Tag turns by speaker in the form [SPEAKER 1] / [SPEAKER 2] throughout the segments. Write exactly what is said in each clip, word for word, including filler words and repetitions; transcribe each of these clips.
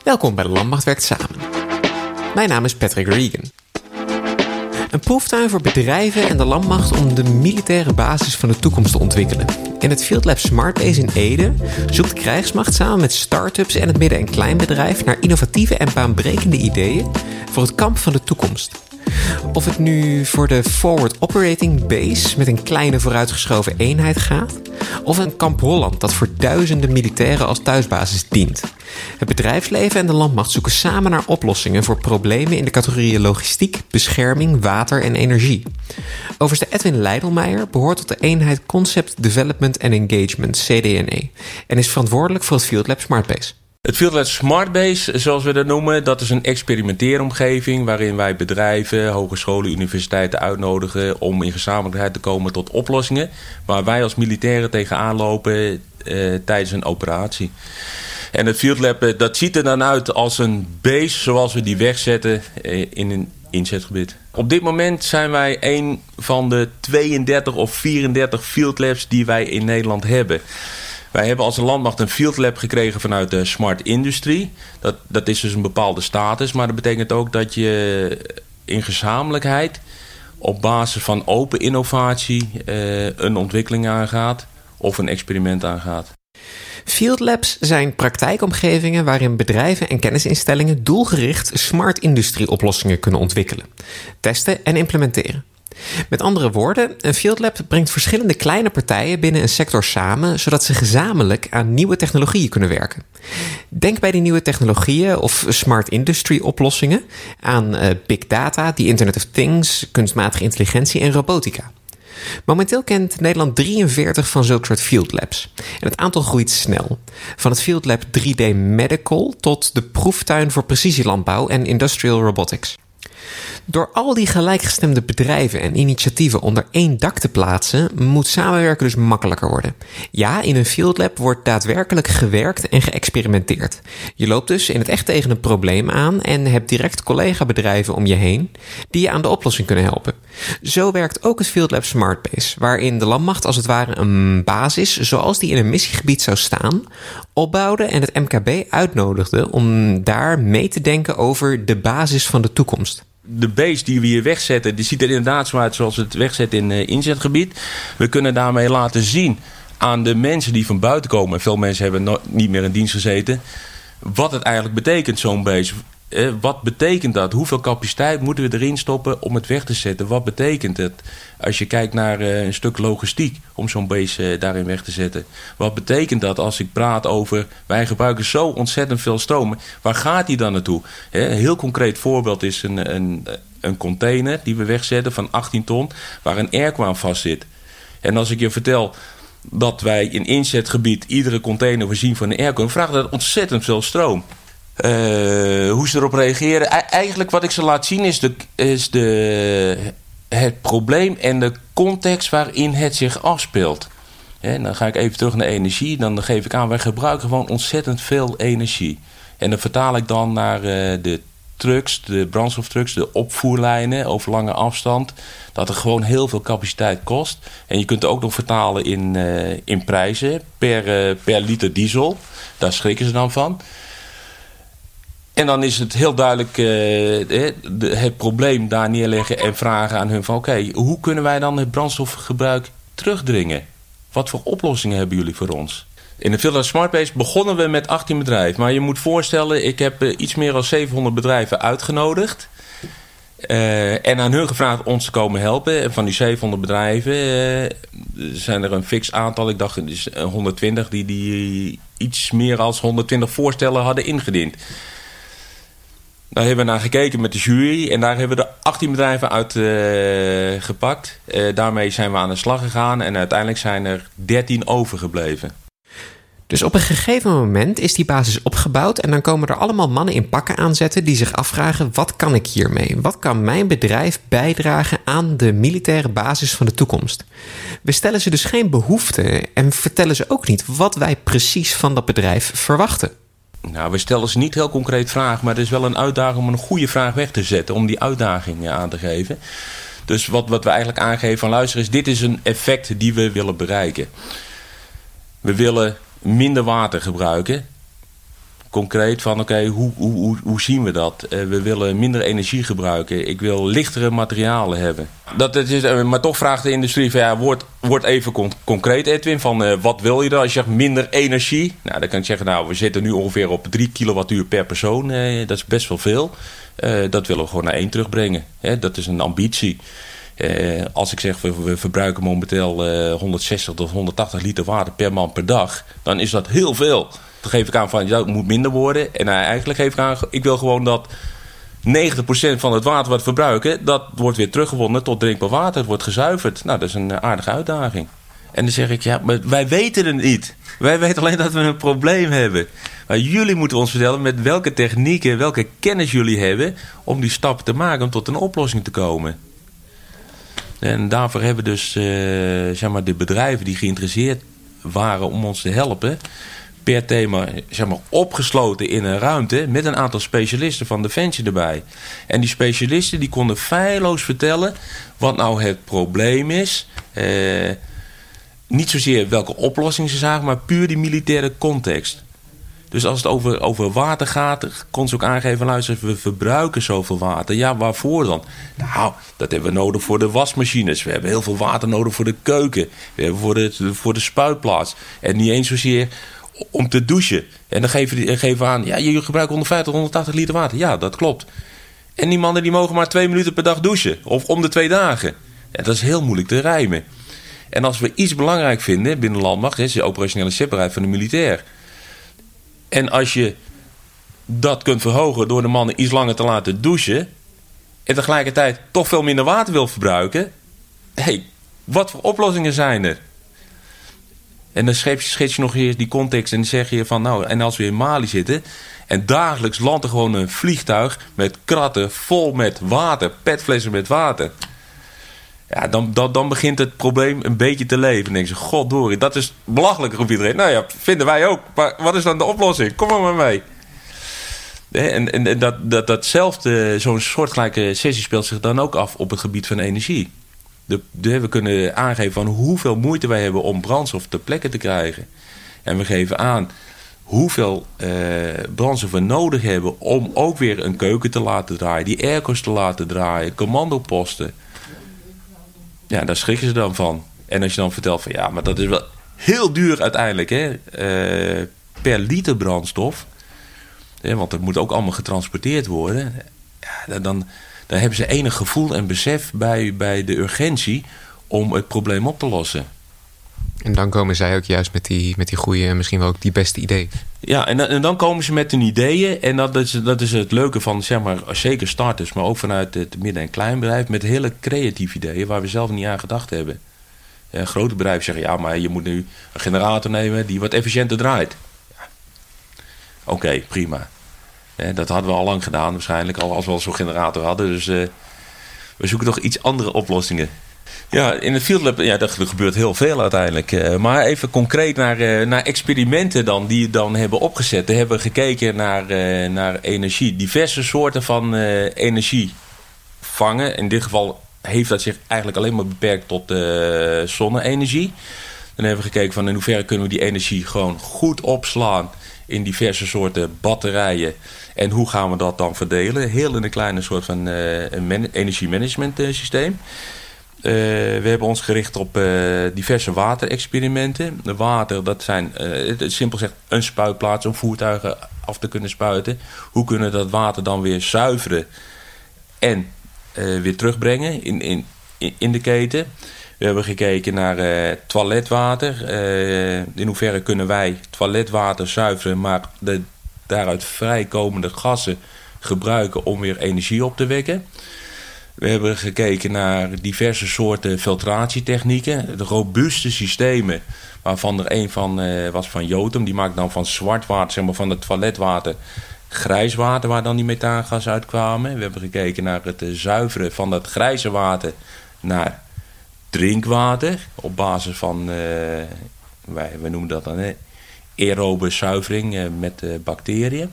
[SPEAKER 1] Welkom bij de Landmacht Werkt Samen. Mijn naam is Patrick Regan. Een proeftuin voor bedrijven en de landmacht om de militaire basis van de toekomst te ontwikkelen. In het Field Lab Smartbase in Ede zoekt de krijgsmacht samen met start-ups en het midden- en kleinbedrijf naar innovatieve en baanbrekende ideeën voor het kamp van de toekomst. Of het nu voor de Forward Operating Base met een kleine vooruitgeschoven eenheid gaat, of een kamp Holland dat voor duizenden militairen als thuisbasis dient. Het bedrijfsleven en de landmacht zoeken samen naar oplossingen voor problemen in de categorieën logistiek, bescherming, water en energie. Overste Edwin Leidelmeijer behoort tot de eenheid Concept Development and Engagement, C D N E, en is verantwoordelijk voor het Field Lab Smartbase.
[SPEAKER 2] Het Field Lab Smartbase, zoals we dat noemen, dat is een experimenteeromgeving waarin wij bedrijven, hogescholen, universiteiten uitnodigen om in gezamenlijkheid te komen tot oplossingen waar wij als militairen tegenaan lopen eh, tijdens een operatie. En het Field Lab, dat ziet er dan uit als een base zoals we die wegzetten eh, in een inzetgebied. Op dit moment zijn wij een van de tweeëndertig of vierendertig Field Labs die wij in Nederland hebben. Wij hebben als landmacht een Field Lab gekregen vanuit de Smart Industry. Dat, dat is dus een bepaalde status, maar dat betekent ook dat je in gezamenlijkheid op basis van open innovatie uh, een ontwikkeling aangaat of een experiment aangaat.
[SPEAKER 1] Field Labs zijn praktijkomgevingen waarin bedrijven en kennisinstellingen doelgericht smart industrie oplossingen kunnen ontwikkelen, testen en implementeren. Met andere woorden, een Field Lab brengt verschillende kleine partijen binnen een sector samen, zodat ze gezamenlijk aan nieuwe technologieën kunnen werken. Denk bij die nieuwe technologieën of smart industry oplossingen aan uh, big data, die Internet of Things, kunstmatige intelligentie en robotica. Momenteel kent Nederland drieënveertig van zulke soort Field Labs. En het aantal groeit snel. Van het Field Lab drie D Medical tot de proeftuin voor precisielandbouw en industrial robotics. Door al die gelijkgestemde bedrijven en initiatieven onder één dak te plaatsen, moet samenwerken dus makkelijker worden. Ja, in een Field Lab wordt daadwerkelijk gewerkt en geëxperimenteerd. Je loopt dus in het echt tegen een probleem aan en hebt direct collega-bedrijven om je heen die je aan de oplossing kunnen helpen. Zo werkt ook het Field Lab Smartbase, waarin de landmacht als het ware een basis, zoals die in een missiegebied zou staan, opbouwde en het M K B uitnodigde om daar mee te denken over de basis van de toekomst.
[SPEAKER 2] De base die we hier wegzetten, die ziet er inderdaad zo uit zoals we het wegzetten in uh, inzetgebied. We kunnen daarmee laten zien aan de mensen die van buiten komen, en veel mensen hebben no- niet meer in dienst gezeten, wat het eigenlijk betekent, zo'n base. Uh, wat betekent dat? Hoeveel capaciteit moeten we erin stoppen om het weg te zetten? Wat betekent het als je kijkt naar uh, een stuk logistiek om zo'n base uh, daarin weg te zetten? Wat betekent dat als ik praat over, wij gebruiken zo ontzettend veel stroom. Waar gaat die dan naartoe? He, een heel concreet voorbeeld is een, een, een container die we wegzetten van achttien ton waar een airco aan vast zit. En als ik je vertel dat wij in inzetgebied iedere container voorzien van een airco, dan vraagt dat ontzettend veel stroom. Uh, hoe ze erop reageren. E- eigenlijk wat ik ze laat zien is, de, is de, het probleem en de context waarin het zich afspeelt. He, dan ga ik even terug naar energie. Dan geef ik aan, wij gebruiken gewoon ontzettend veel energie. En dan vertaal ik dan naar uh, de trucks, de brandstoftrucks, de opvoerlijnen over lange afstand. Dat er gewoon heel veel capaciteit kost. En je kunt het ook nog vertalen in, uh, in prijzen per, uh, per liter diesel. Daar schrikken ze dan van. En dan is het heel duidelijk uh, het probleem daar neerleggen en vragen aan hun van oké, okay, hoe kunnen wij dan het brandstofgebruik terugdringen? Wat voor oplossingen hebben jullie voor ons? In de Field Lab Smartbase begonnen we met achttien bedrijven. Maar je moet voorstellen, ik heb uh, iets meer dan zevenhonderd bedrijven uitgenodigd. Uh, en aan hun gevraagd ons te komen helpen. En van die zevenhonderd bedrijven uh, zijn er een fix aantal. Ik dacht dus honderdtwintig die, die iets meer dan honderdtwintig voorstellen hadden ingediend. Daar hebben we naar gekeken met de jury en daar hebben we er achttien bedrijven uit uh, gepakt. Uh, daarmee zijn we aan de slag gegaan en uiteindelijk zijn er dertien overgebleven.
[SPEAKER 1] Dus op een gegeven moment is die basis opgebouwd en dan komen er allemaal mannen in pakken aanzetten die zich afvragen, wat kan ik hiermee? Wat kan mijn bedrijf bijdragen aan de militaire basis van de toekomst? We stellen ze dus geen behoeften en vertellen ze ook niet wat wij precies van dat bedrijf verwachten.
[SPEAKER 2] Nou, we stellen ze niet heel concreet vragen, maar het is wel een uitdaging om een goede vraag weg te zetten, om die uitdaging aan te geven. Dus wat, wat we eigenlijk aangeven van luister is, dit is een effect die we willen bereiken. We willen minder water gebruiken. concreet van oké, okay, hoe, hoe, hoe, hoe zien we dat? Uh, we willen minder energie gebruiken. Ik wil lichtere materialen hebben. Dat het is, uh, maar toch vraagt de industrie van ja, word, word even con- concreet Edwin. Van uh, wat wil je dan? Als je zegt minder energie. Nou, dan kan ik zeggen, nou, we zitten nu ongeveer op drie kilowattuur per persoon. Uh, dat is best wel veel. Uh, dat willen we gewoon naar één terugbrengen. Hè? Dat is een ambitie. Uh, als ik zeg, we, we verbruiken momenteel uh, honderdzestig tot honderdtachtig liter water per man per dag. Dan is dat heel veel. Dan geef ik aan van, ja, het moet minder worden. En uh, eigenlijk geef ik aan, ik wil gewoon dat negentig procent van het water wat we verbruiken, dat wordt weer teruggewonnen tot drinkbaar water. Het wordt gezuiverd. Nou, dat is een uh, aardige uitdaging. En dan zeg ik, ja, maar wij weten het niet. Wij weten alleen dat we een probleem hebben. Maar jullie moeten ons vertellen met welke technieken, welke kennis jullie hebben om die stap te maken om tot een oplossing te komen. En daarvoor hebben dus uh, zeg maar de bedrijven die geïnteresseerd waren om ons te helpen, per thema zeg maar, opgesloten in een ruimte met een aantal specialisten van Defensie erbij. En die specialisten die konden feilloos vertellen wat nou het probleem is. Uh, niet zozeer welke oplossing ze zagen, maar puur die militaire context. Dus als het over, over water gaat, kon ze ook aangeven, luister, we verbruiken zoveel water. Ja, waarvoor dan? Nou, dat hebben we nodig voor de wasmachines. We hebben heel veel water nodig voor de keuken. We hebben voor de, voor de spuitplaats. En niet eens zozeer om te douchen. En dan geven we geven aan, ja, je gebruikt honderdvijftig, honderdtachtig liter water. Ja, dat klopt. En die mannen die mogen maar twee minuten per dag douchen. Of om de twee dagen. Ja, dat is heel moeilijk te rijmen. En als we iets belangrijk vinden binnen de landmacht, is de operationele separaat van de militair. En als je dat kunt verhogen door de mannen iets langer te laten douchen en tegelijkertijd toch veel minder water wil verbruiken, hé, hey, wat voor oplossingen zijn er? En dan schets je nog eens die context en dan zeg je van nou, en als we in Mali zitten en dagelijks landt er gewoon een vliegtuig met kratten vol met water, petflessen met water. Ja, dan, dan, dan begint het probleem een beetje te leven. Dan denk je, goddorie, dat is belachelijk op iedereen. Nou ja, vinden wij ook. Maar wat is dan de oplossing? Kom maar mee. En, en, en dat, dat, datzelfde, zo'n soortgelijke sessie speelt zich dan ook af op het gebied van energie. De, de, we kunnen aangeven van hoeveel moeite wij hebben om brandstof ter plekke te krijgen. En we geven aan hoeveel uh, brandstof we nodig hebben om ook weer een keuken te laten draaien, die airco's te laten draaien, commandoposten. Ja, daar schrikken ze dan van. En als je dan vertelt van ja, maar dat is wel heel duur uiteindelijk, hè, uh, per liter brandstof. Ja, want het moet ook allemaal getransporteerd worden. Ja, dan, dan hebben ze enig gevoel en besef bij, bij de urgentie om het probleem op te lossen.
[SPEAKER 1] En dan komen zij ook juist met die, met die goede, misschien wel ook die beste ideeën.
[SPEAKER 2] Ja, en, en dan komen ze met hun ideeën. En dat is, dat is het leuke van, zeg maar, zeker starters, maar ook vanuit het midden- en kleinbedrijf, met hele creatieve ideeën waar we zelf niet aan gedacht hebben. En grote bedrijven zeggen, ja, maar je moet nu een generator nemen die wat efficiënter draait. Ja. Oké, okay, prima. Ja, dat hadden we al lang gedaan waarschijnlijk, al als we al zo'n generator hadden. Dus uh, we zoeken toch iets andere oplossingen. Ja, in het Field Lab, ja, er gebeurt heel veel uiteindelijk. Uh, maar even concreet naar, uh, naar experimenten dan, die dan hebben opgezet. We hebben gekeken naar, uh, naar energie. Diverse soorten van uh, energie vangen. In dit geval heeft dat zich eigenlijk alleen maar beperkt tot uh, zonne-energie. Dan hebben we gekeken van in hoeverre kunnen we die energie gewoon goed opslaan in diverse soorten batterijen. En hoe gaan we dat dan verdelen? Heel in een kleine soort van uh, een man- energiemanagement uh, systeem. Uh, we hebben ons gericht op uh, diverse waterexperimenten. De water, dat zijn, uh, het, simpel gezegd, een spuitplaats om voertuigen af te kunnen spuiten. Hoe kunnen we dat water dan weer zuiveren en uh, weer terugbrengen in, in, in de keten? We hebben gekeken naar uh, toiletwater. Uh, in hoeverre kunnen wij toiletwater zuiveren, maar de daaruit vrijkomende gassen gebruiken om weer energie op te wekken. We hebben gekeken naar diverse soorten filtratietechnieken. De robuuste systemen, waarvan er een van uh, was van Jotum. Die maakt dan van zwart water, zeg maar van het toiletwater, grijs water waar dan die methaangas uitkwamen. We hebben gekeken naar het uh, zuiveren van dat grijze water naar drinkwater. Op basis van, uh, wij, wij noemen dat dan uh, aerobe zuivering uh, met uh, bacteriën.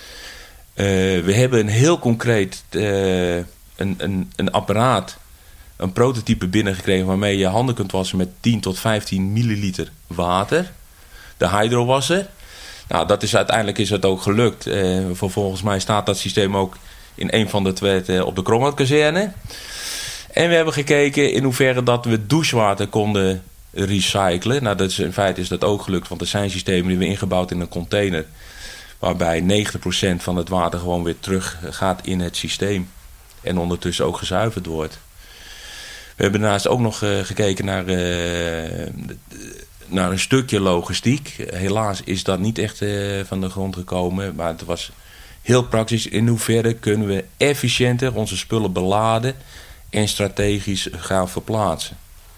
[SPEAKER 2] Uh, we hebben een heel concreet Uh, Een, een, een apparaat, een prototype binnengekregen waarmee je handen kunt wassen met tien tot vijftien milliliter water. De hydrowasser. Nou, dat is, uiteindelijk is het ook gelukt. Uh, volgens mij staat dat systeem ook in een van de twee uh, op de Kromhout-kazerne. En we hebben gekeken in hoeverre dat we douchewater konden recyclen. Nou, dat is, in feite is dat ook gelukt, want er zijn systemen die we ingebouwd in een container, waarbij negentig procent van het water gewoon weer terug gaat in het systeem. En ondertussen ook gezuiverd wordt. We hebben daarnaast ook nog uh, gekeken naar, uh, naar een stukje logistiek. Helaas is dat niet echt uh, van de grond gekomen. Maar het was heel praktisch. In hoeverre kunnen we efficiënter onze spullen beladen en strategisch gaan verplaatsen.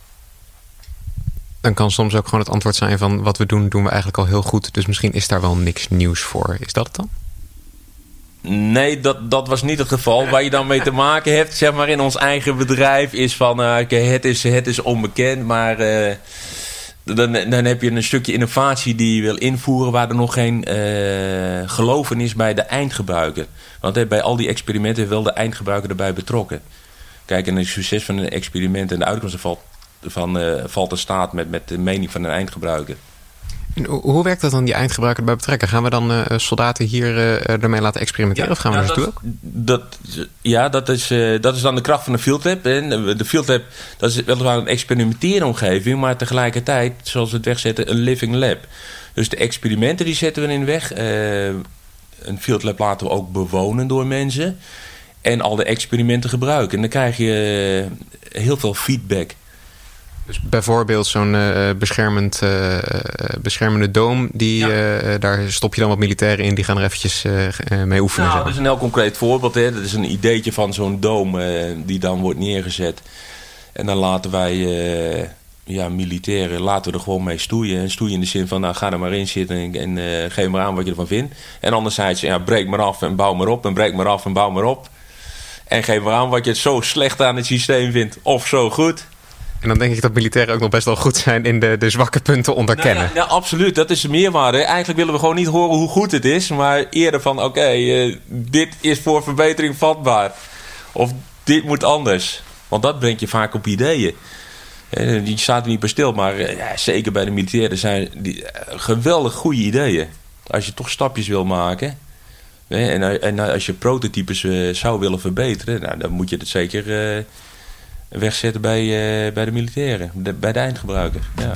[SPEAKER 1] Dan kan soms ook gewoon het antwoord zijn van wat we doen, doen we eigenlijk al heel goed. Dus misschien is daar wel niks nieuws voor. Is dat het dan?
[SPEAKER 2] Nee, dat, dat was niet het geval. Waar je dan mee te maken hebt, zeg maar, in ons eigen bedrijf, is van, uh, okay, het is, het is onbekend, maar uh, dan, dan heb je een stukje innovatie die je wil invoeren, waar er nog geen uh, geloof in is bij de eindgebruiker. Want uh, bij al die experimenten wil de eindgebruiker erbij betrokken. Kijk, en het succes van een experiment en de uitkomst valt, van, uh, valt in staat met, met de mening van een eindgebruiker.
[SPEAKER 1] En hoe werkt dat dan, die eindgebruiker erbij betrekken? Gaan we dan uh, soldaten hier uh, ermee laten experimenteren? Ja, of gaan we ja, dat naartoe ook?
[SPEAKER 2] Dat, ja, dat is, uh, dat is dan de kracht van de Field Lab. Hè. De Field Lab, dat is weliswaar een experimenteeromgeving, maar tegelijkertijd, zoals we het wegzetten, een living lab. Dus de experimenten die zetten we in weg. Uh, een Field Lab laten we ook bewonen door mensen. En al de experimenten gebruiken. En dan krijg je uh, heel veel feedback.
[SPEAKER 1] Dus bijvoorbeeld zo'n uh, beschermend, uh, beschermende doom, die, ja. uh, daar stop je dan wat militairen in, die gaan er eventjes uh, mee oefenen.
[SPEAKER 2] Nou,
[SPEAKER 1] zeg maar.
[SPEAKER 2] Dat is een heel concreet voorbeeld. Hè. Dat is een ideetje van zo'n doom uh, die dan wordt neergezet. En dan laten wij uh, ja, militairen laten we er gewoon mee stoeien. En stoeien in de zin van, nou, ga er maar in zitten en, en uh, geef maar aan wat je ervan vindt. En anderzijds, ja, breek maar af en bouw maar op. En breek maar af en bouw maar op. En geef maar aan wat je zo slecht aan het systeem vindt. Of zo goed.
[SPEAKER 1] En dan denk ik dat militairen ook nog best wel goed zijn in de, de zwakke punten onderkennen.
[SPEAKER 2] Nou ja, ja, absoluut. Dat is de meerwaarde. Eigenlijk willen we gewoon niet horen hoe goed het is. Maar eerder van, oké, okay, uh, dit is voor verbetering vatbaar. Of dit moet anders. Want dat brengt je vaak op ideeën. Uh, die staat er niet bij stil. Maar uh, ja, zeker bij de militairen zijn die, uh, geweldig goede ideeën. Als je toch stapjes wil maken. Uh, en, en als je prototypes uh, zou willen verbeteren. Nou, dan moet je het zeker... Uh, wegzetten bij, uh, bij de militairen, de, bij de eindgebruiker. Ja.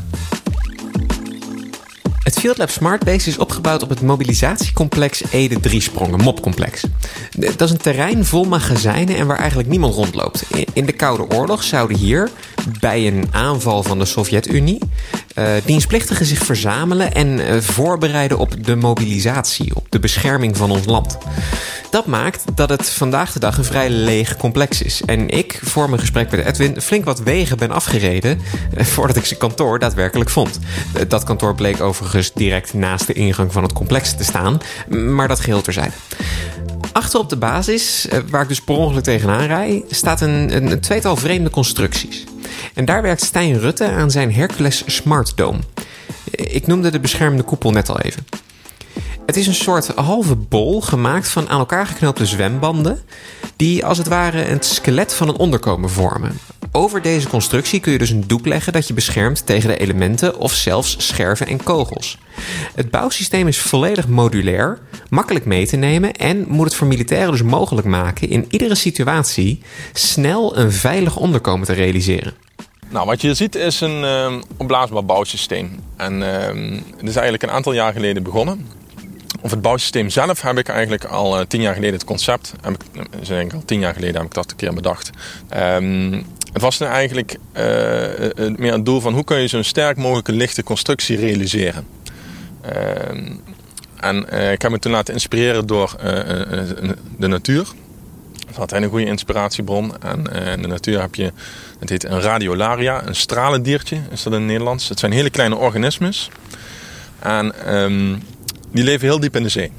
[SPEAKER 1] Het Field Lab Smartbase is opgebouwd op het mobilisatiecomplex Ede Driesprongen, M O P-complex. Dat is een terrein vol magazijnen en waar eigenlijk niemand rondloopt. In de Koude Oorlog zouden hier, bij een aanval van de Sovjet-Unie, uh, dienstplichtigen zich verzamelen en uh, voorbereiden op de mobilisatie, op de bescherming van ons land. Dat maakt dat het vandaag de dag een vrij leeg complex is. En ik, voor mijn gesprek met Edwin, flink wat wegen ben afgereden uh, voordat ik zijn kantoor daadwerkelijk vond. Uh, dat kantoor bleek overigens direct naast de ingang van het complex te staan, maar dat geheel terzijde. Achter op de basis, waar ik dus per ongeluk tegenaan rijd, staat een, een, een tweetal vreemde constructies. En daar werkt Stijn Rutte aan zijn Hercules Smart Dome. Ik noemde de beschermende koepel net al even. Het is een soort halve bol gemaakt van aan elkaar geknoopte zwembanden, die als het ware het skelet van een onderkomen vormen. Over deze constructie kun je dus een doek leggen dat je beschermt tegen de elementen of zelfs scherven en kogels. Het bouwsysteem is volledig modulair, makkelijk mee te nemen en moet het voor militairen dus mogelijk maken in iedere situatie snel een veilig onderkomen te realiseren.
[SPEAKER 3] Nou, wat je hier ziet is een uh, opblaasbaar bouwsysteem. En uh, het is eigenlijk een aantal jaar geleden begonnen. Of het bouwsysteem zelf heb ik eigenlijk al uh, tien jaar geleden het concept. Heb ik, dus eigenlijk al tien jaar geleden heb ik dat een keer bedacht. Um, het was nu eigenlijk uh, meer het doel van hoe kun je zo'n sterk mogelijke lichte constructie realiseren. Uh, en uh, ik heb me toen laten inspireren door uh, uh, de natuur. Dat is altijd een goede inspiratiebron. En uh, in de natuur heb je, het heet een radiolaria, een stralendiertje is dat in het Nederlands. Het zijn hele kleine organismes. En um, die leven heel diep in de zee.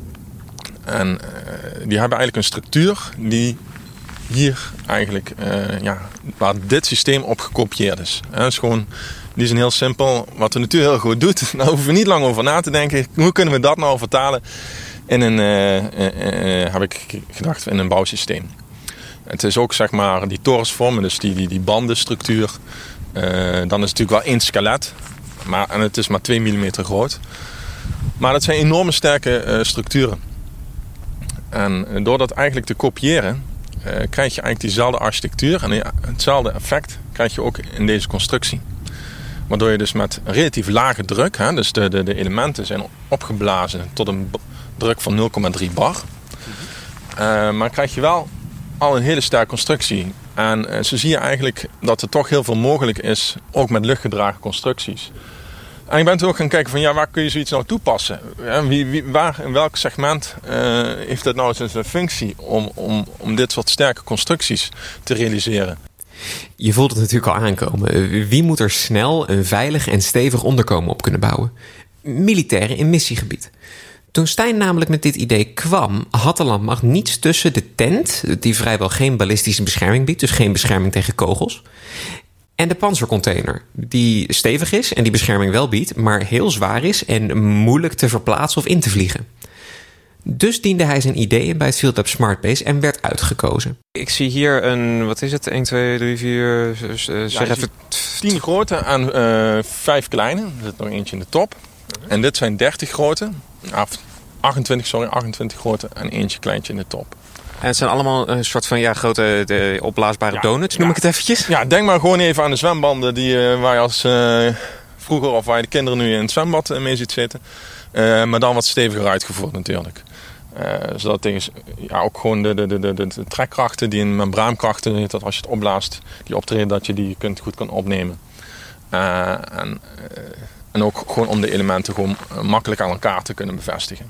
[SPEAKER 3] En uh, die hebben eigenlijk een structuur die hier eigenlijk, uh, ja, waar dit systeem op gekopieerd is. Het is gewoon, die zijn heel simpel. Wat de natuur heel goed doet, daar hoeven we niet lang over na te denken. Hoe kunnen we dat nou vertalen in een, uh, uh, uh, heb ik gedacht, in een bouwsysteem. Het is ook, zeg maar, die torensvormen, dus die, die, die bandenstructuur. Uh, dan is het natuurlijk wel één skelet. Maar, en het is maar twee millimeter groot. Maar dat zijn enorme sterke uh, structuren. En uh, door dat eigenlijk te kopiëren, uh, krijg je eigenlijk diezelfde architectuur en hetzelfde effect krijg je ook in deze constructie. Waardoor je dus met een relatief lage druk, hè, dus de, de, de elementen zijn opgeblazen tot een druk van nul komma drie bar. Uh, maar krijg je wel al een hele sterke constructie. En uh, zo zie je eigenlijk dat er toch heel veel mogelijk is, ook met luchtgedragen constructies. En ik ben toen ook gaan kijken van ja, waar kun je zoiets nou toepassen? Ja, wie, wie, waar, in welk segment uh, heeft dat nou eens een functie om, om, om dit soort sterke constructies te realiseren?
[SPEAKER 1] Je voelt het natuurlijk al aankomen. Wie moet er snel een veilig en stevig onderkomen op kunnen bouwen? Militairen in missiegebied. Toen Stein namelijk met dit idee kwam, had de landmacht niets tussen de tent, die vrijwel geen ballistische bescherming biedt, dus geen bescherming tegen kogels, en de panzercontainer, die stevig is en die bescherming wel biedt, maar heel zwaar is en moeilijk te verplaatsen of in te vliegen. Dus diende hij zijn ideeën bij het Field Lab SmartBase en werd uitgekozen.
[SPEAKER 4] Ik zie hier een, wat is het, één, twee, drie, vier, uh, zeg ja, even...
[SPEAKER 3] tien grote en uh, vijf kleine. Er zit nog eentje in de top. En dit zijn dertig grote. achtentwintig, sorry, achtentwintig grote en eentje kleintje in de top.
[SPEAKER 4] En het zijn allemaal een soort van ja, grote de, opblaasbare ja, donuts, noem ja. ik het eventjes.
[SPEAKER 3] Ja, denk maar gewoon even aan de zwembanden die, uh, waar je als uh, vroeger of waar je de kinderen nu in het zwembad uh, mee ziet zitten. Uh, maar dan wat steviger uitgevoerd natuurlijk. Uh, zodat tegen, ja, ook gewoon de, de, de, de, de trekkrachten, die in membraankrachten, dat als je het opblaast, die optreden, dat je die kunt, goed kan opnemen. Uh, en, uh, en ook gewoon om de elementen gewoon makkelijk aan elkaar te kunnen bevestigen.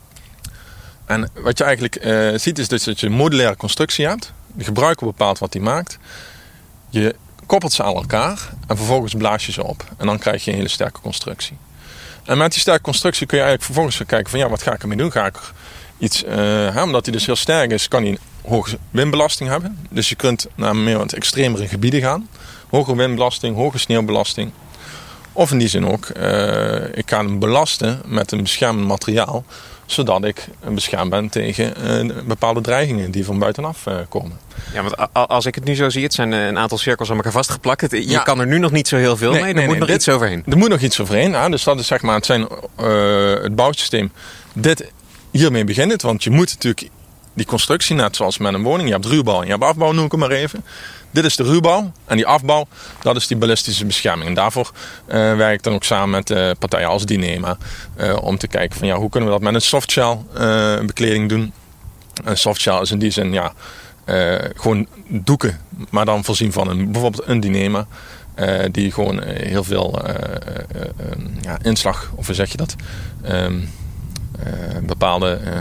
[SPEAKER 3] En wat je eigenlijk uh, ziet is dus dat je een modulaire constructie hebt. De gebruiker bepaalt wat die maakt. Je koppelt ze aan elkaar en vervolgens blaas je ze op. En dan krijg je een hele sterke constructie. En met die sterke constructie kun je eigenlijk vervolgens gaan kijken van ja, wat ga ik ermee doen? Ga ik er iets, uh, hè, omdat hij dus heel sterk is, kan hij een hoge windbelasting hebben. Dus je kunt naar meer wat extremere gebieden gaan. Hoge windbelasting, hoge sneeuwbelasting. Of in die zin ook, uh, ik ga hem belasten met een beschermend materiaal, zodat ik beschermd ben tegen uh, bepaalde dreigingen die van buitenaf uh, komen.
[SPEAKER 4] Ja, want als ik het nu zo zie, het zijn een aantal cirkels aan elkaar vastgeplakt. Je
[SPEAKER 3] ja.
[SPEAKER 4] kan er nu nog niet zo heel veel nee, mee, er nee, moet nee, nog dit, iets overheen.
[SPEAKER 3] Er moet nog iets overheen. Hè? Dus dat is zeg maar, het, zijn, uh, het bouwsysteem. Dit, hiermee begint het, want je moet natuurlijk die constructie, net zoals met een woning, je hebt ruwbouw en je hebt afbouw, noem ik het maar even. Dit is de ruwbouw en die afbouw, dat is die ballistische bescherming. En daarvoor uh, werk ik dan ook samen met uh, partijen als Dyneema. Uh, om te kijken van ja, hoe kunnen we dat met een softshell uh, bekleding doen. Een softshell is in die zin ja, uh, gewoon doeken, maar dan voorzien van een, bijvoorbeeld een Dyneema. Uh, die gewoon uh, heel veel uh, uh, uh, ja, inslag, of hoe zeg je dat, um, uh, bepaalde uh,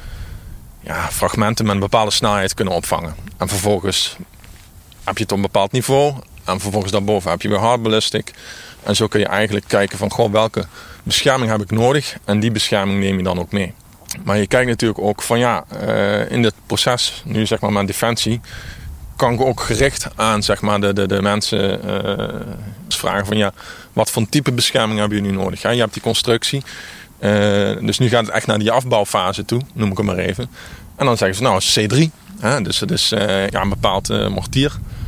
[SPEAKER 3] ja, fragmenten met een bepaalde snelheid kunnen opvangen. En vervolgens heb je het op een bepaald niveau. En vervolgens daarboven heb je weer hard ballistic. En zo kun je eigenlijk kijken van goh, welke bescherming heb ik nodig. En die bescherming neem je dan ook mee. Maar je kijkt natuurlijk ook van ja, uh, in dit proces, nu zeg maar met defensie, kan ik ook gericht aan zeg maar, de, de, de mensen uh, vragen van ja, wat voor type bescherming hebben jullie nu nodig? Ja, je hebt die constructie. Uh, dus nu gaat het echt naar die afbouwfase toe, noem ik het maar even. En dan zeggen ze nou, C drie. Hè? Dus het is uh, ja, een bepaald uh, mortier.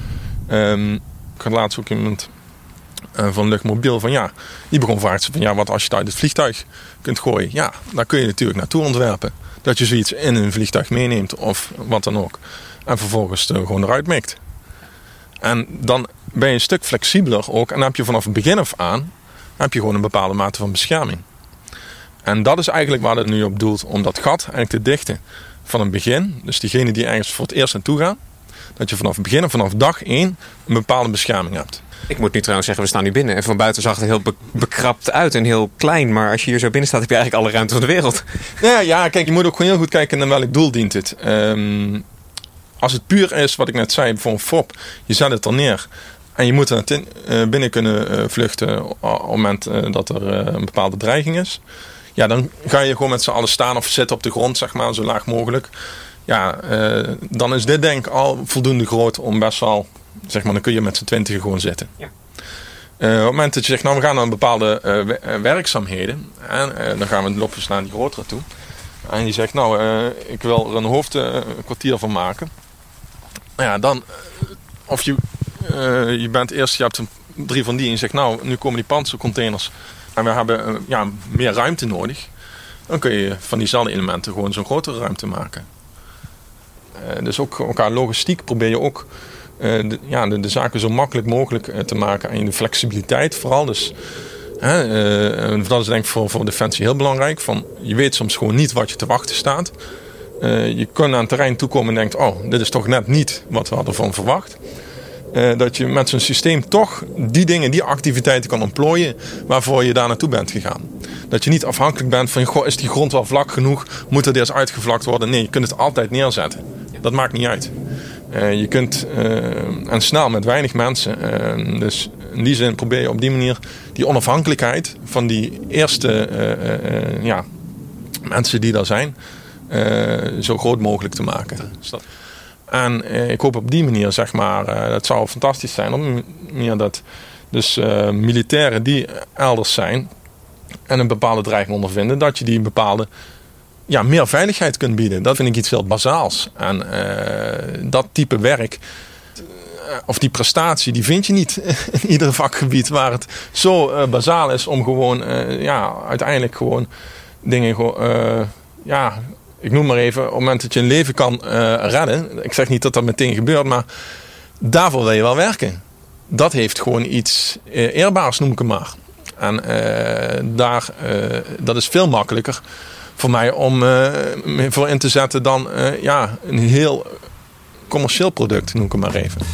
[SPEAKER 3] Um, ik had laatst ook iemand uh, van Luchtmobiel van ja, die begon vragen van ja, wat als je het uit het vliegtuig kunt gooien? Ja, daar kun je natuurlijk naartoe ontwerpen. Dat je zoiets in een vliegtuig meeneemt of wat dan ook. En vervolgens uh, gewoon eruit mikt. En dan ben je een stuk flexibeler ook. En dan heb je vanaf het begin af aan heb je gewoon een bepaalde mate van bescherming. En dat is eigenlijk waar het nu op doelt, om dat gat eigenlijk te dichten van het begin. Dus diegene die ergens voor het eerst naartoe gaan, dat je vanaf het begin, vanaf dag één, een bepaalde bescherming hebt.
[SPEAKER 4] Ik moet nu trouwens zeggen, we staan nu binnen. En van buiten zag het er heel be- bekrapt uit en heel klein. Maar als je hier zo binnen staat, heb je eigenlijk alle ruimte van de wereld.
[SPEAKER 3] Ja, ja, kijk, je moet ook gewoon heel goed kijken naar welk doel dient het. Um, als het puur is, wat ik net zei, bijvoorbeeld F O P, je zet het er neer. En je moet er tin, uh, binnen kunnen uh, vluchten op het moment uh, dat er uh, een bepaalde dreiging is. Ja, dan ga je gewoon met z'n allen staan of zitten op de grond, zeg maar, zo laag mogelijk. Ja, uh, dan is dit denk ik al voldoende groot om best wel, zeg maar, dan kun je met z'n twintigen gewoon zitten. Ja. Uh, op het moment dat je zegt, nou we gaan naar bepaalde uh, werkzaamheden, en uh, dan gaan we lopen naar die grotere toe. En je zegt, nou, uh, ik wil er een hoofdkwartier van maken. Nou ja, dan, uh, of je, uh, je bent eerst, je hebt een, drie van die en je zegt, nou, nu komen die panzercontainers en we hebben uh, ja, meer ruimte nodig, dan kun je van diezelfde elementen gewoon zo'n grotere ruimte maken. Uh, dus ook qua logistiek probeer je ook uh, de, ja, de, de zaken zo makkelijk mogelijk uh, te maken. En de flexibiliteit vooral. Dus, uh, uh, dat is denk ik voor, voor Defensie heel belangrijk. Van, je weet soms gewoon niet wat je te wachten staat. Uh, je kunt naar een terrein toekomen en denkt, oh, dit is toch net niet wat we hadden van verwacht. Uh, dat je met zo'n systeem toch die dingen, die activiteiten kan ontplooien waarvoor je daar naartoe bent gegaan. Dat je niet afhankelijk bent van, goh, is die grond wel vlak genoeg? Moet het eerst uitgevlakt worden? Nee, je kunt het altijd neerzetten. Dat maakt niet uit. Uh, je kunt, uh, en snel met weinig mensen. Uh, dus in die zin probeer je op die manier die onafhankelijkheid van die eerste uh, uh, ja, mensen die daar zijn, uh, zo groot mogelijk te maken. Dus dat... En uh, ik hoop op die manier, zeg maar, uh, het zou fantastisch zijn op een manier dat dus uh, militairen die elders zijn en een bepaalde dreiging ondervinden, dat je die een bepaalde ja, meer veiligheid kunt bieden. Dat vind ik iets heel bazaals. En uh, dat type werk, uh, of die prestatie, die vind je niet in ieder vakgebied waar het zo uh, bazaal is om gewoon, uh, ja, uiteindelijk gewoon dingen, uh, ja, ik noem maar even, op het moment dat je een leven kan uh, redden. Ik zeg niet dat dat meteen gebeurt, maar daarvoor wil je wel werken. Dat heeft gewoon iets uh, eerbaars, noem ik het maar. En uh, daar, uh, dat is veel makkelijker voor mij om uh, voor in te zetten dan uh, ja, een heel commercieel product, noem ik het maar even.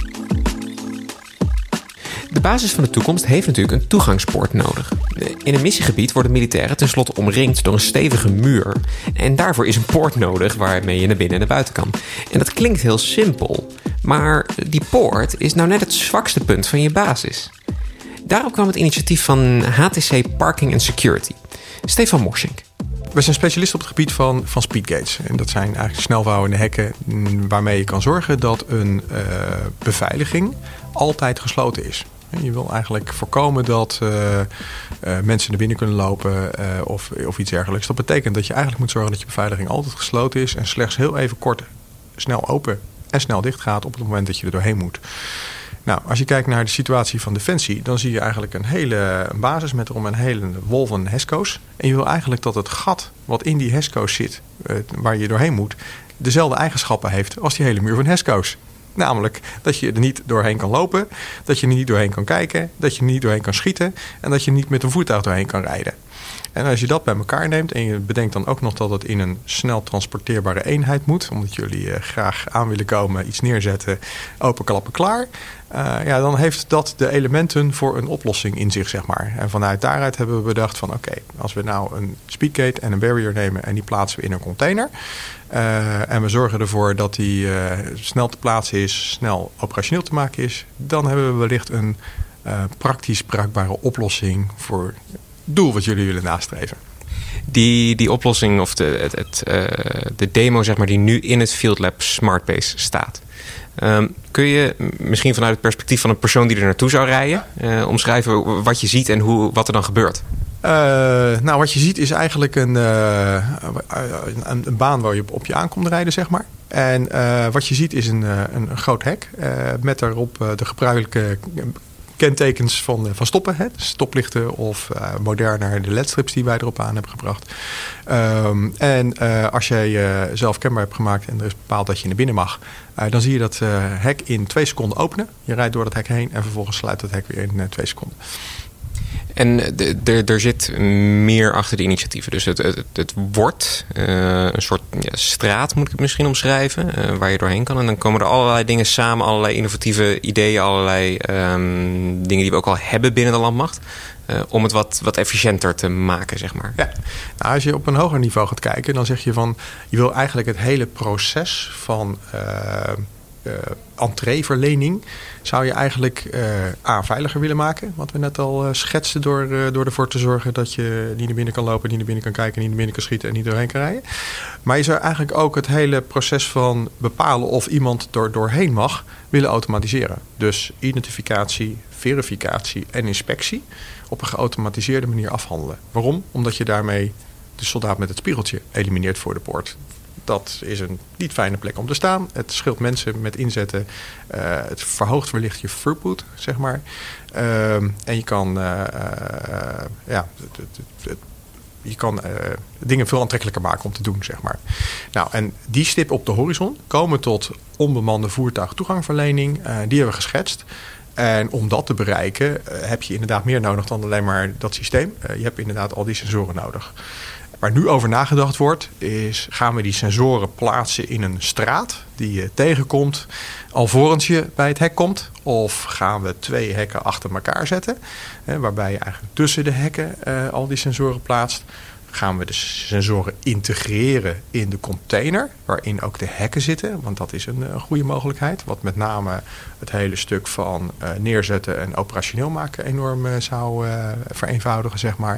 [SPEAKER 1] De basis van de toekomst heeft natuurlijk een toegangspoort nodig. In een missiegebied worden militairen tenslotte omringd door een stevige muur. En daarvoor is een poort nodig waarmee je naar binnen en naar buiten kan. En dat klinkt heel simpel, maar die poort is nou net het zwakste punt van je basis. Daarop kwam het initiatief van H T C Parking and Security. Stefan Morsink.
[SPEAKER 5] We zijn specialisten op het gebied van, van speedgates. En dat zijn eigenlijk snelvouwende hekken waarmee je kan zorgen dat een uh, beveiliging altijd gesloten is. Je wil eigenlijk voorkomen dat uh, uh, mensen naar binnen kunnen lopen uh, of, of iets dergelijks. Dat betekent dat je eigenlijk moet zorgen dat je beveiliging altijd gesloten is en slechts heel even kort snel open en snel dicht gaat op het moment dat je er doorheen moet. Nou, als je kijkt naar de situatie van Defensie, dan zie je eigenlijk een hele een basis met erom een hele wol van hesco's. En je wil eigenlijk dat het gat wat in die hesco's zit, uh, waar je doorheen moet, dezelfde eigenschappen heeft als die hele muur van hesco's. Namelijk dat je er niet doorheen kan lopen, dat je er niet doorheen kan kijken, dat je er niet doorheen kan schieten en dat je niet met een voertuig doorheen kan rijden. En als je dat bij elkaar neemt en je bedenkt dan ook nog dat het in een snel transporteerbare eenheid moet, omdat jullie uh, graag aan willen komen, iets neerzetten, open klappen klaar. Uh, ja, dan heeft dat de elementen voor een oplossing in zich, zeg maar. En vanuit daaruit hebben we bedacht van oké, okay, als we nou een speedgate en een barrier nemen en die plaatsen we in een container. Uh, en we zorgen ervoor dat die uh, snel te plaatsen is, snel operationeel te maken is. Dan hebben we wellicht een uh, praktisch bruikbare oplossing voor het doel wat jullie willen nastreven.
[SPEAKER 1] Die, die oplossing of de, het, het, uh, de demo zeg maar, die nu in het Field Lab SmartBase staat. Um, kun je misschien vanuit het perspectief van een persoon die er naartoe zou rijden uh, omschrijven wat je ziet en hoe, wat er dan gebeurt?
[SPEAKER 5] Uh, nou, wat je ziet is eigenlijk een, uh, een, een baan waar je op, op je aankomt rijden, zeg maar. En uh, wat je ziet is een, een, een groot hek uh, met daarop uh, de gebruikelijke kentekens van, van stoppen. Hè? Stoplichten of uh, moderner de L E D-strips die wij erop aan hebben gebracht. Um, en uh, als jij uh, zelf kenbaar hebt gemaakt en er is bepaald dat je naar binnen mag, uh, dan zie je dat uh, hek in twee seconden openen. Je rijdt door dat hek heen en vervolgens sluit het hek weer in uh, twee seconden.
[SPEAKER 1] En er zit meer achter de initiatieven. Dus het, het, het wordt uh, een soort ja, straat, moet ik het misschien omschrijven, uh, waar je doorheen kan. En dan komen er allerlei dingen samen, allerlei innovatieve ideeën, allerlei um, dingen die we ook al hebben binnen de landmacht. Uh, om het wat, wat efficiënter te maken, zeg maar.
[SPEAKER 5] Ja. Nou, als je op een hoger niveau gaat kijken, dan zeg je van, je wil eigenlijk het hele proces van Uh, Uh, entreeverlening zou je eigenlijk uh, A, veiliger willen maken. Wat we net al uh, schetsten door, uh, door ervoor te zorgen dat je niet naar binnen kan lopen, niet naar binnen kan kijken, niet naar binnen kan schieten en niet doorheen kan rijden. Maar je zou eigenlijk ook het hele proces van bepalen of iemand er doorheen mag willen automatiseren. Dus identificatie, verificatie en inspectie op een geautomatiseerde manier afhandelen. Waarom? Omdat je daarmee de soldaat met het spiegeltje elimineert voor de poort. Dat is een niet fijne plek om te staan. Het scheelt mensen met inzetten. Uh, het verhoogt wellicht je throughput, zeg maar. Uh, en je kan, uh, uh, ja, het, het, het, je kan uh, dingen veel aantrekkelijker maken om te doen, zeg maar. Nou, en die stip op de horizon komen tot onbemande voertuigtoegangverlening. Uh, die hebben we geschetst. En om dat te bereiken uh, heb je inderdaad meer nodig dan alleen maar dat systeem. Uh, je hebt inderdaad al die sensoren nodig. Waar nu over nagedacht wordt, is gaan we die sensoren plaatsen in een straat die je tegenkomt alvorens je bij het hek komt? Of gaan we twee hekken achter elkaar zetten, hè, waarbij je eigenlijk tussen de hekken uh, al die sensoren plaatst? Gaan we de sensoren integreren in de container, waarin ook de hekken zitten? Want dat is een, een goede mogelijkheid. Wat met name het hele stuk van uh, neerzetten en operationeel maken enorm uh, zou uh, vereenvoudigen, zeg maar.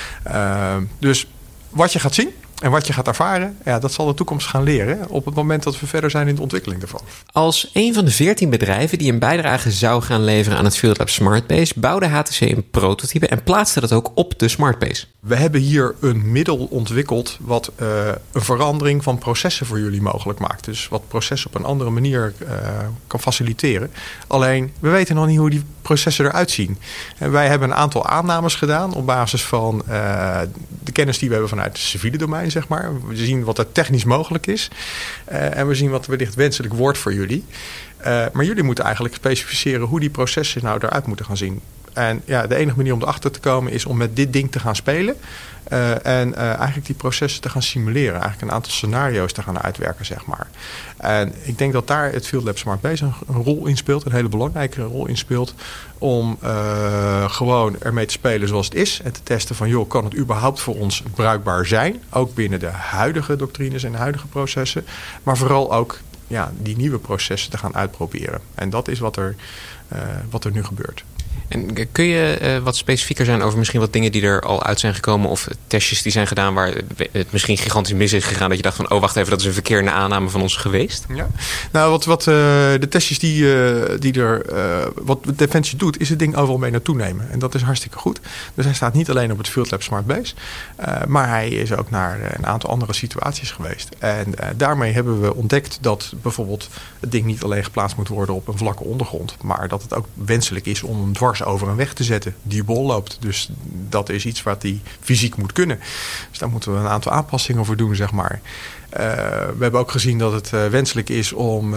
[SPEAKER 5] Uh, dus wat je gaat zien en wat je gaat ervaren, ja, dat zal de toekomst gaan leren op het moment dat we verder zijn in de ontwikkeling daarvan.
[SPEAKER 1] Als een van de veertien bedrijven die een bijdrage zou gaan leveren aan het FieldLab SmartBase, bouwde H T C een prototype en plaatste dat ook op de SmartBase.
[SPEAKER 5] We hebben hier een middel ontwikkeld wat uh, een verandering van processen voor jullie mogelijk maakt. Dus wat processen op een andere manier uh, kan faciliteren. Alleen, we weten nog niet hoe die processen eruit zien. En wij hebben een aantal aannames gedaan op basis van uh, de kennis die we hebben vanuit het civiele domein, zeg maar. We zien wat er technisch mogelijk is. Uh, en we zien wat wellicht wenselijk wordt voor jullie. Uh, maar jullie moeten eigenlijk specificeren hoe die processen nou eruit moeten gaan zien. En ja, de enige manier om erachter te komen is om met dit ding te gaan spelen. Uh, en uh, eigenlijk die processen te gaan simuleren. Eigenlijk een aantal scenario's te gaan uitwerken, zeg maar. En ik denk dat daar het FieldLab SmartBase een, een rol in speelt. Een hele belangrijke rol in speelt. Om uh, gewoon ermee te spelen zoals het is. En te testen van, joh, kan het überhaupt voor ons bruikbaar zijn? Ook binnen de huidige doctrines en de huidige processen. Maar vooral ook ja, die nieuwe processen te gaan uitproberen. En dat is wat er, uh, wat er nu gebeurt.
[SPEAKER 4] En kun je uh, wat specifieker zijn over misschien wat dingen die er al uit zijn gekomen of testjes die zijn gedaan waar het misschien gigantisch mis is gegaan, dat je dacht van, oh wacht even, dat is een verkeerde aanname van ons geweest?
[SPEAKER 5] Ja. Nou, wat, wat uh, de testjes die, uh, die er, uh, wat Defensie doet, is het ding overal mee naartoe nemen. En dat is hartstikke goed. Dus hij staat niet alleen op het FieldLab SmartBase, uh, maar hij is ook naar uh, een aantal andere situaties geweest. En uh, daarmee hebben we ontdekt dat bijvoorbeeld het ding niet alleen geplaatst moet worden op een vlakke ondergrond, maar dat het ook wenselijk is om hem dwars over een weg te zetten die bol loopt. Dus dat is iets wat die fysiek moet kunnen. Dus daar moeten we een aantal aanpassingen voor doen, zeg maar. Uh, we hebben ook gezien dat het uh, wenselijk is om uh,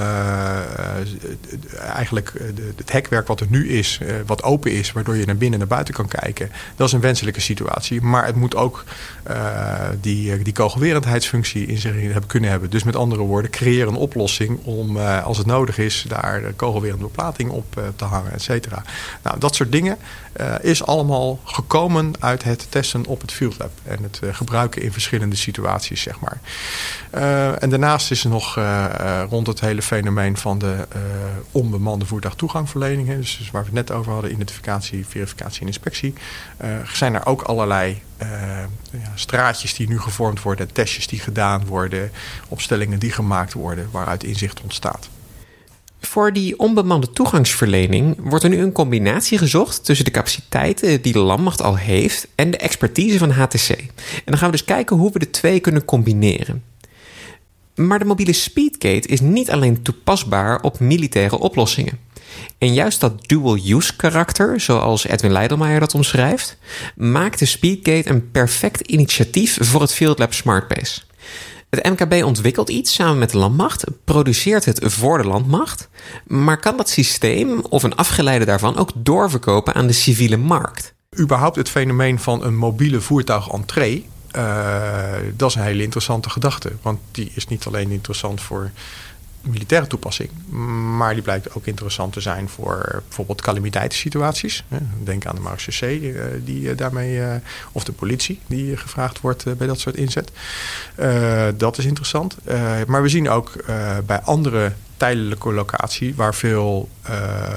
[SPEAKER 5] uh, eigenlijk uh, de, het hekwerk wat er nu is, uh, wat open is, waardoor je naar binnen en naar buiten kan kijken. Dat is een wenselijke situatie. Maar het moet ook uh, die, uh, die kogelwerendheidsfunctie in zich hebben kunnen hebben. Dus met andere woorden, creëer een oplossing om, uh, als het nodig is, daar kogelwerende beplating op uh, te hangen, et cetera. Nou, dat soort dingen uh, is allemaal gekomen uit het testen op het FieldLab en het uh, gebruiken in verschillende situaties, zeg maar. Uh, en daarnaast is er nog uh, uh, rond het hele fenomeen van de uh, onbemande voertuigtoegangverlening. Hè, dus, dus waar we het net over hadden, identificatie, verificatie en inspectie. Uh, zijn er ook allerlei uh, ja, straatjes die nu gevormd worden, testjes die gedaan worden, opstellingen die gemaakt worden, waaruit inzicht ontstaat.
[SPEAKER 1] Voor die onbemande toegangsverlening wordt er nu een combinatie gezocht tussen de capaciteiten die de landmacht al heeft en de expertise van H T C. En dan gaan we dus kijken hoe we de twee kunnen combineren. Maar de mobiele Speedgate is niet alleen toepasbaar op militaire oplossingen. En juist dat dual-use karakter, zoals Edwin Leidelmeijer dat omschrijft, maakt de Speedgate een perfect initiatief voor het FieldLab SmartBase. Het M K B ontwikkelt iets samen met de landmacht, produceert het voor de landmacht, maar kan dat systeem of een afgeleide daarvan ook doorverkopen aan de civiele markt?
[SPEAKER 5] Überhaupt het fenomeen van een mobiele voertuig-entree, uh, dat is een hele interessante gedachte. Want die is niet alleen interessant voor militaire toepassing, maar die blijkt ook interessant te zijn voor bijvoorbeeld calamiteitssituaties. Denk aan de marechaussee die daarmee, of de politie die gevraagd wordt bij dat soort inzet. Uh, dat is interessant. Uh, maar we zien ook uh, bij andere tijdelijke locatie waar veel uh,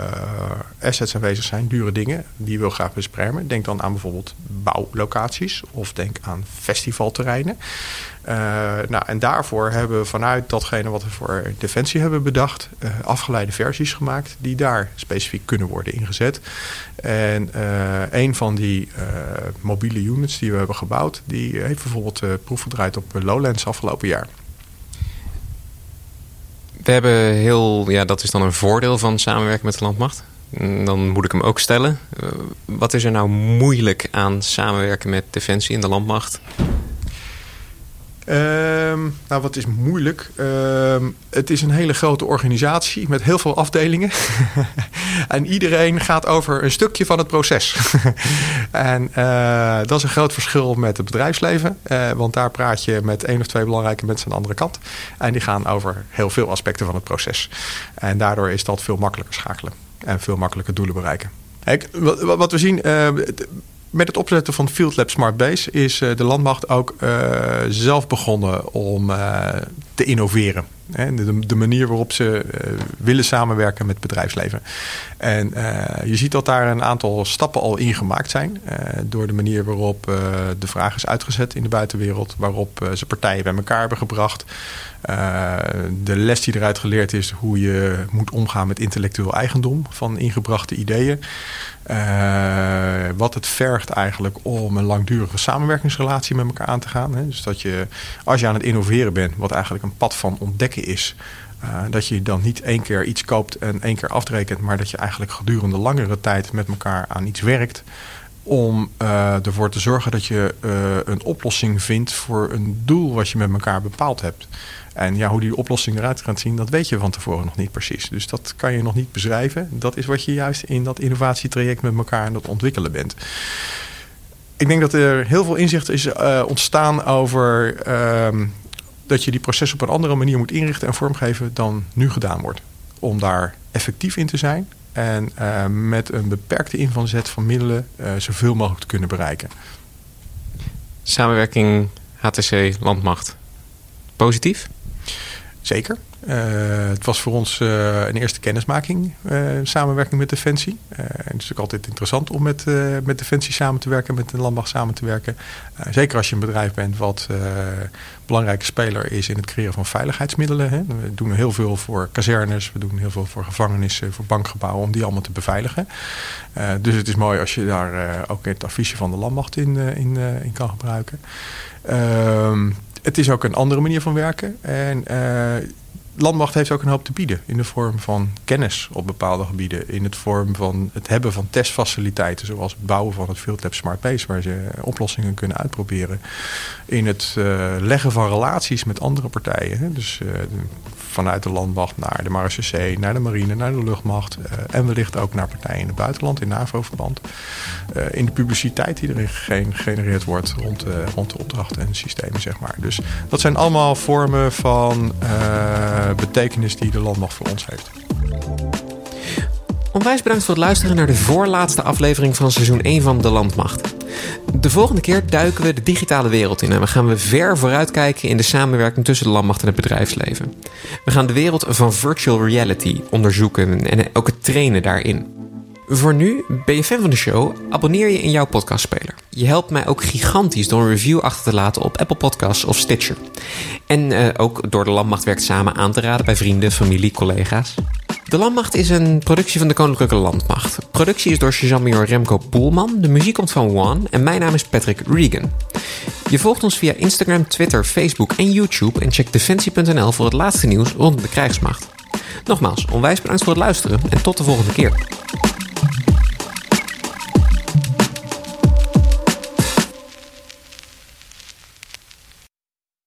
[SPEAKER 5] assets aanwezig zijn, dure dingen, die je wil graag beschermen. Denk dan aan bijvoorbeeld bouwlocaties of denk aan festivalterreinen. Uh, nou, en daarvoor hebben we vanuit datgene wat we voor Defensie hebben bedacht, uh, afgeleide versies gemaakt die daar specifiek kunnen worden ingezet. En uh, een van die uh, mobiele units die we hebben gebouwd, die heeft bijvoorbeeld uh, proef gedraaid op Lowlands afgelopen jaar.
[SPEAKER 4] We hebben heel, ja, dat is dan een voordeel van samenwerken met de landmacht. Dan moet ik hem ook stellen. Uh, wat is er nou moeilijk aan samenwerken met Defensie en de landmacht?
[SPEAKER 5] Um, nou, wat is moeilijk? Um, het is een hele grote organisatie met heel veel afdelingen. En iedereen gaat over een stukje van het proces. En uh, dat is een groot verschil met het bedrijfsleven. Uh, want daar praat je met één of twee belangrijke mensen aan de andere kant. En die gaan over heel veel aspecten van het proces. En daardoor is dat veel makkelijker schakelen. En veel makkelijker doelen bereiken. Kijk, wat, wat we zien... Uh, Met het opzetten van Field Lab Smart Base is de landmacht ook uh, zelf begonnen om uh, te innoveren. Hè? De, de manier waarop ze uh, willen samenwerken met het bedrijfsleven. En uh, je ziet dat daar een aantal stappen al in gemaakt zijn. Uh, door de manier waarop uh, de vraag is uitgezet in de buitenwereld. Waarop uh, ze partijen bij elkaar hebben gebracht. Uh, de les die eruit geleerd is hoe je moet omgaan met intellectueel eigendom van ingebrachte ideeën. Uh, wat het vergt eigenlijk om een langdurige samenwerkingsrelatie met elkaar aan te gaan. Hè? Dus dat je, als je aan het innoveren bent, wat eigenlijk een pad van ontdekken is, uh, dat je dan niet één keer iets koopt en één keer afrekent, maar dat je eigenlijk gedurende langere tijd met elkaar aan iets werkt. Om uh, ervoor te zorgen dat je uh, een oplossing vindt voor een doel wat je met elkaar bepaald hebt. En ja, hoe die oplossing eruit gaat zien, dat weet je van tevoren nog niet precies. Dus dat kan je nog niet beschrijven. Dat is wat je juist in dat innovatietraject met elkaar aan het ontwikkelen bent. Ik denk dat er heel veel inzicht is uh, ontstaan over uh, dat je die proces op een andere manier moet inrichten en vormgeven dan nu gedaan wordt. Om daar effectief in te zijn en uh, met een beperkte invalzet van middelen uh, zoveel mogelijk te kunnen bereiken.
[SPEAKER 4] Samenwerking H T C Landmacht. Positief?
[SPEAKER 5] Zeker. Uh, het was voor ons uh, een eerste kennismaking, uh, samenwerking met Defensie. Uh, en het is ook altijd interessant om met, uh, met Defensie samen te werken, met de landmacht samen te werken. Uh, zeker als je een bedrijf bent wat uh, belangrijke speler is in het creëren van veiligheidsmiddelen. Hè. We doen heel veel voor kazernes, we doen heel veel voor gevangenissen, voor bankgebouwen, om die allemaal te beveiligen. Uh, dus het is mooi als je daar uh, ook het affiche van de landmacht in, uh, in, uh, in kan gebruiken. Uh, Het is ook een andere manier van werken. En uh, landmacht heeft ook een hoop te bieden. In de vorm van kennis op bepaalde gebieden. In het vorm van het hebben van testfaciliteiten. Zoals het bouwen van het Field Lab Smart Base. Waar ze oplossingen kunnen uitproberen. In het uh, leggen van relaties met andere partijen. Hè. Dus uh, vanuit de landmacht naar de marechaussee, naar de marine, naar de luchtmacht. Uh, en wellicht ook naar partijen in het buitenland, in NAVO-verband. Uh, in de publiciteit die erin gegenereerd wordt rond, uh, rond de opdrachten en de systemen, zeg maar. Dus dat zijn allemaal vormen van uh, betekenis die de landmacht voor ons heeft.
[SPEAKER 1] Onwijs bedankt voor het luisteren naar de voorlaatste aflevering van seizoen één van De Landmacht. De volgende keer duiken we de digitale wereld in en we gaan we ver vooruitkijken in de samenwerking tussen de landmacht en het bedrijfsleven. We gaan de wereld van virtual reality onderzoeken en ook het trainen daarin. Voor nu, ben je fan van de show? Abonneer je in jouw podcastspeler. Je helpt mij ook gigantisch door een review achter te laten op Apple Podcasts of Stitcher. En uh, ook door De Landmacht Werkt Samen aan te raden bij vrienden, familie, collega's. De Landmacht is een productie van de Koninklijke Landmacht. Productie is door sergeant-major Remco Poelman, de muziek komt van One en mijn naam is Patrick Regan. Je volgt ons via Instagram, Twitter, Facebook en YouTube en check defensie punt n l voor het laatste nieuws rond de krijgsmacht. Nogmaals, onwijs bedankt voor het luisteren en tot de volgende keer.